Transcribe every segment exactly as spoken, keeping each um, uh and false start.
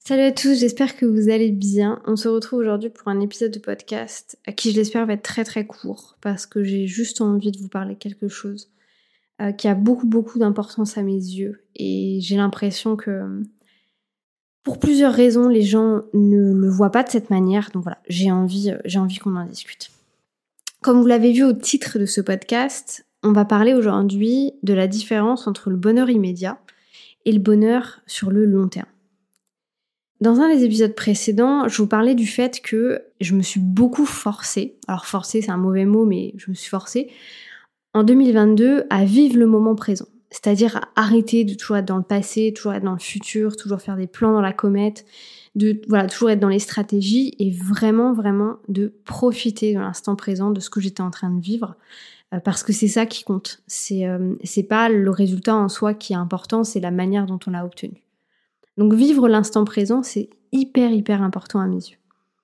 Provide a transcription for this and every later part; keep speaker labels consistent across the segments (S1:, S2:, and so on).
S1: Salut à tous, j'espère que vous allez bien. On se retrouve aujourd'hui pour un épisode de podcast qui, je l'espère, va être très très court parce que j'ai juste envie de vous parler quelque chose euh, qui a beaucoup beaucoup d'importance à mes yeux et j'ai l'impression que pour plusieurs raisons les gens ne le voient pas de cette manière, donc voilà, j'ai envie, euh, j'ai envie qu'on en discute. Comme vous l'avez vu au titre de ce podcast, on va parler aujourd'hui de la différence entre le bonheur immédiat et le bonheur sur le long terme. Dans un des épisodes précédents, je vous parlais du fait que je me suis beaucoup forcée, alors forcée c'est un mauvais mot, mais je me suis forcée, en deux mille vingt-deux à vivre le moment présent. C'est-à-dire à arrêter de toujours être dans le passé, toujours être dans le futur, toujours faire des plans dans la comète, de voilà, toujours être dans les stratégies et vraiment, vraiment de profiter de l'instant présent, de ce que j'étais en train de vivre, euh, parce que c'est ça qui compte. C'est, euh, c'est pas le résultat en soi qui est important, c'est la manière dont on l'a obtenu. Donc vivre l'instant présent, c'est hyper, hyper important à mes yeux.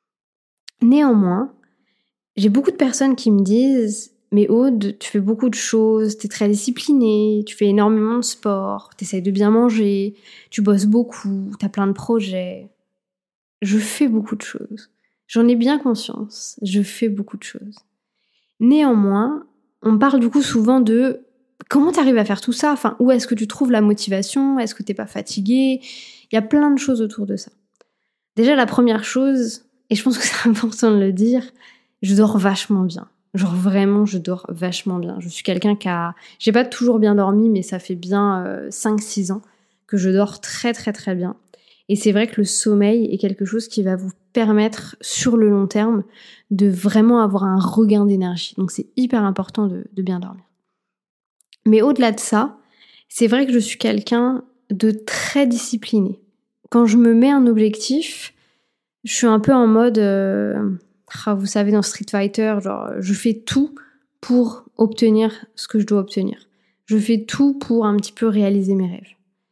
S1: Néanmoins, j'ai beaucoup de personnes qui me disent « Mais Aude, tu fais beaucoup de choses, t'es très disciplinée, tu fais énormément de sport, t'essayes de bien manger, tu bosses beaucoup, t'as plein de projets. » Je fais beaucoup de choses. J'en ai bien conscience, je fais beaucoup de choses. Néanmoins, on parle du coup souvent de « Comment t'arrives à faire tout ça ? Enfin, où est-ce que tu trouves la motivation ? Est-ce que t'es pas fatiguée ?» Il y a plein de choses autour de ça. Déjà, la première chose, et je pense que c'est important de le dire, je dors vachement bien. Genre vraiment, je dors vachement bien. Je suis quelqu'un qui a... J'ai pas toujours bien dormi, mais ça fait bien euh, cinq six ans que je dors très très très bien. Et c'est vrai que le sommeil est quelque chose qui va vous permettre, sur le long terme, de vraiment avoir un regain d'énergie. Donc c'est hyper important de, de bien dormir. Mais au-delà de ça, c'est vrai que je suis quelqu'un de très discipliné. Quand je me mets un objectif, je suis un peu en mode, euh, ah, vous savez, dans Street Fighter, genre, je fais tout pour obtenir ce que je dois obtenir. Je fais tout pour un petit peu réaliser mes rêves.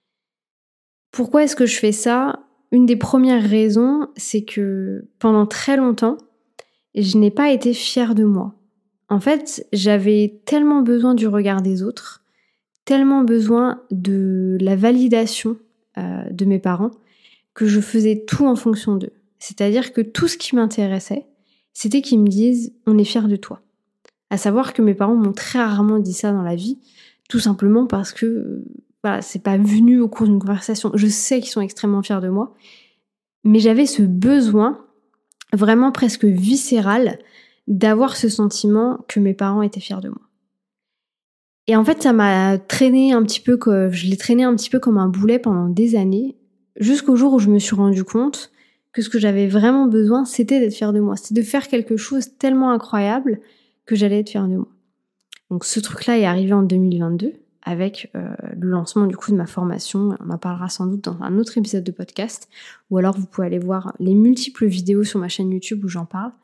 S1: Pourquoi est-ce que je fais ça ? Une des premières raisons, c'est que pendant très longtemps, je n'ai pas été fière de moi. En fait, j'avais tellement besoin du regard des autres, tellement besoin de la validation euh, de mes parents, que je faisais tout en fonction d'eux. C'est-à-dire que tout ce qui m'intéressait, c'était qu'ils me disent « on est fiers de toi ». À savoir que mes parents m'ont très rarement dit ça dans la vie, tout simplement parce que euh, voilà, c'est pas venu au cours d'une conversation. Je sais qu'ils sont extrêmement fiers de moi, mais j'avais ce besoin vraiment presque viscéral d'avoir ce sentiment que mes parents étaient fiers de moi. Et en fait, ça m'a traîné un petit peu, que je l'ai traîné un petit peu comme un boulet pendant des années, jusqu'au jour où je me suis rendu compte que ce que j'avais vraiment besoin, c'était d'être fière de moi. C'était de faire quelque chose tellement incroyable que j'allais être fière de moi. Donc ce truc-là est arrivé en deux mille vingt-deux avec euh, le lancement du coup de ma formation. On en parlera sans doute dans un autre épisode de podcast, ou alors vous pouvez aller voir les multiples vidéos sur ma chaîne YouTube où j'en parle.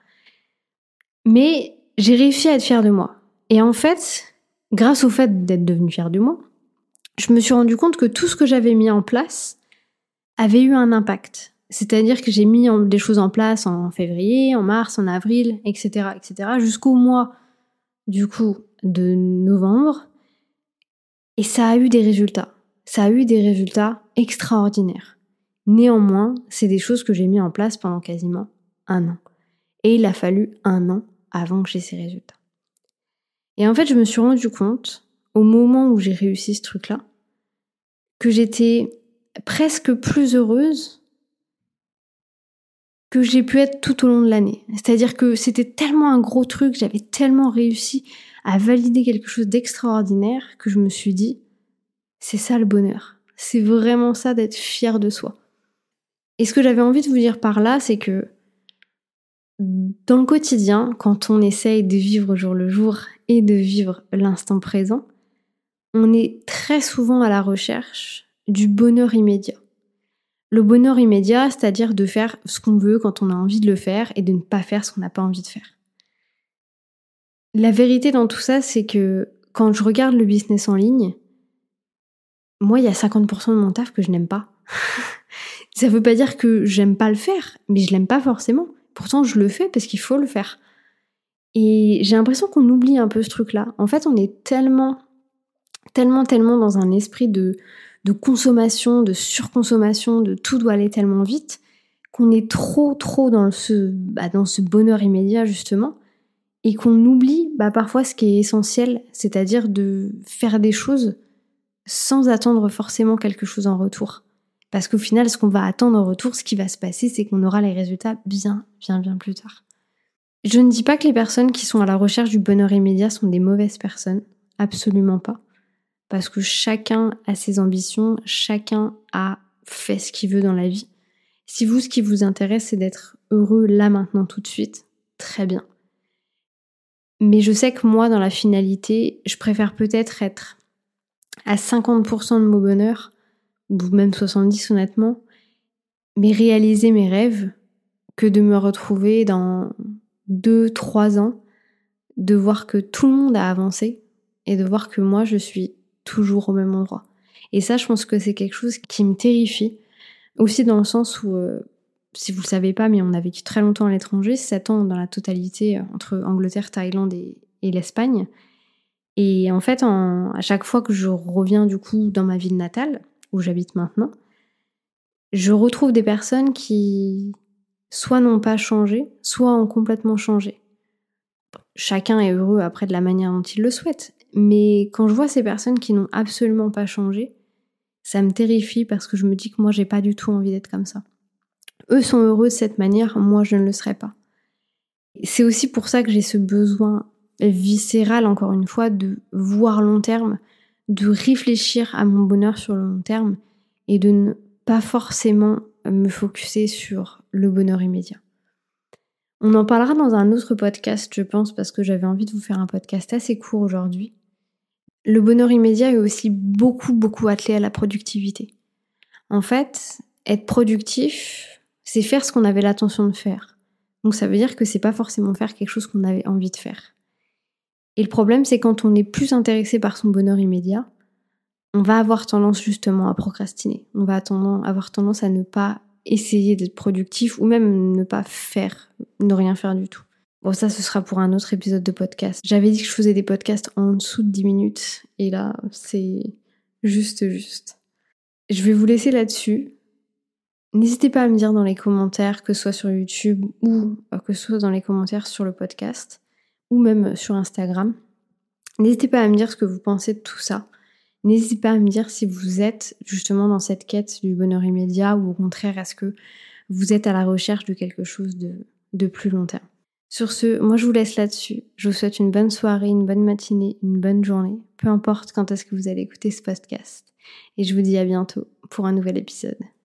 S1: Mais j'ai réussi à être fière de moi. Et en fait, grâce au fait d'être devenue fière de moi, je me suis rendu compte que tout ce que j'avais mis en place avait eu un impact. C'est-à-dire que j'ai mis en, des choses en place en février, en mars, en avril, et cetera, et cetera, jusqu'au mois, du coup, de novembre. Et ça a eu des résultats. Ça a eu des résultats extraordinaires. Néanmoins, c'est des choses que j'ai mis en place pendant quasiment un an. Et il a fallu un an avant que j'ai ces résultats. Et en fait, je me suis rendu compte, au moment où j'ai réussi ce truc-là, que j'étais presque plus heureuse que j'ai pu être tout au long de l'année. C'est-à-dire que c'était tellement un gros truc, j'avais tellement réussi à valider quelque chose d'extraordinaire que je me suis dit, c'est ça le bonheur. C'est vraiment ça d'être fier de soi. Et ce que j'avais envie de vous dire par là, c'est que dans le quotidien, quand on essaye de vivre au jour le jour et de vivre l'instant présent, on est très souvent à la recherche du bonheur immédiat. Le bonheur immédiat, c'est-à-dire de faire ce qu'on veut quand on a envie de le faire et de ne pas faire ce qu'on n'a pas envie de faire. La vérité dans tout ça, c'est que quand je regarde le business en ligne, moi, il y a cinquante pour cent de mon taf que je n'aime pas. Ça veut pas dire que j'aime pas le faire, mais je l'aime pas forcément. Pourtant, je le fais parce qu'il faut le faire. Et j'ai l'impression qu'on oublie un peu ce truc-là. En fait, on est tellement, tellement, tellement dans un esprit de, de consommation, de surconsommation, de tout doit aller tellement vite, qu'on est trop trop dans ce, bah, dans ce bonheur immédiat justement, et qu'on oublie bah, parfois ce qui est essentiel, c'est-à-dire de faire des choses sans attendre forcément quelque chose en retour. Parce qu'au final, ce qu'on va attendre en retour, ce qui va se passer, c'est qu'on aura les résultats bien, bien, bien plus tard. Je ne dis pas que les personnes qui sont à la recherche du bonheur immédiat sont des mauvaises personnes, absolument pas. Parce que chacun a ses ambitions, chacun a fait ce qu'il veut dans la vie. Si vous, ce qui vous intéresse, c'est d'être heureux là, maintenant, tout de suite, très bien. Mais je sais que moi, dans la finalité, je préfère peut-être être à cinquante pour cent de mon bonheur, ou même soixante-dix honnêtement, mais réaliser mes rêves, que de me retrouver dans deux, trois ans, de voir que tout le monde a avancé, et de voir que moi, je suis toujours au même endroit. Et ça, je pense que c'est quelque chose qui me terrifie, aussi dans le sens où, euh, si vous le savez pas, mais on a vécu très longtemps à l'étranger, sept ans dans la totalité, entre Angleterre, Thaïlande et, et l'Espagne. Et en fait, en, à chaque fois que je reviens du coup dans ma ville natale, où j'habite maintenant, je retrouve des personnes qui soit n'ont pas changé, soit ont complètement changé. Chacun est heureux après de la manière dont il le souhaite. Mais quand je vois ces personnes qui n'ont absolument pas changé, ça me terrifie parce que je me dis que moi, j'ai pas du tout envie d'être comme ça. Eux sont heureux de cette manière, moi, je ne le serais pas. C'est aussi pour ça que j'ai ce besoin viscéral, encore une fois, de voir long terme, de réfléchir à mon bonheur sur le long terme et de ne pas forcément me focuser sur le bonheur immédiat. On en parlera dans un autre podcast, je pense, parce que j'avais envie de vous faire un podcast assez court aujourd'hui. Le bonheur immédiat est aussi beaucoup, beaucoup attelé à la productivité. En fait, être productif, c'est faire ce qu'on avait l'intention de faire. Donc ça veut dire que c'est pas forcément faire quelque chose qu'on avait envie de faire. Et le problème, c'est quand on est plus intéressé par son bonheur immédiat, on va avoir tendance justement à procrastiner. On va avoir tendance à ne pas essayer d'être productif ou même ne pas faire, ne rien faire du tout. Bon, ça, ce sera pour un autre épisode de podcast. J'avais dit que je faisais des podcasts en dessous de dix minutes et là, c'est juste, juste. Je vais vous laisser là-dessus. N'hésitez pas à me dire dans les commentaires, que ce soit sur YouTube ou que ce soit dans les commentaires sur le podcast ou même sur Instagram. N'hésitez pas à me dire ce que vous pensez de tout ça. N'hésitez pas à me dire si vous êtes justement dans cette quête du bonheur immédiat ou au contraire, est-ce que vous êtes à la recherche de quelque chose de, de plus long terme. Sur ce, moi je vous laisse là-dessus. Je vous souhaite une bonne soirée, une bonne matinée, une bonne journée, peu importe quand est-ce que vous allez écouter ce podcast. Et je vous dis à bientôt pour un nouvel épisode.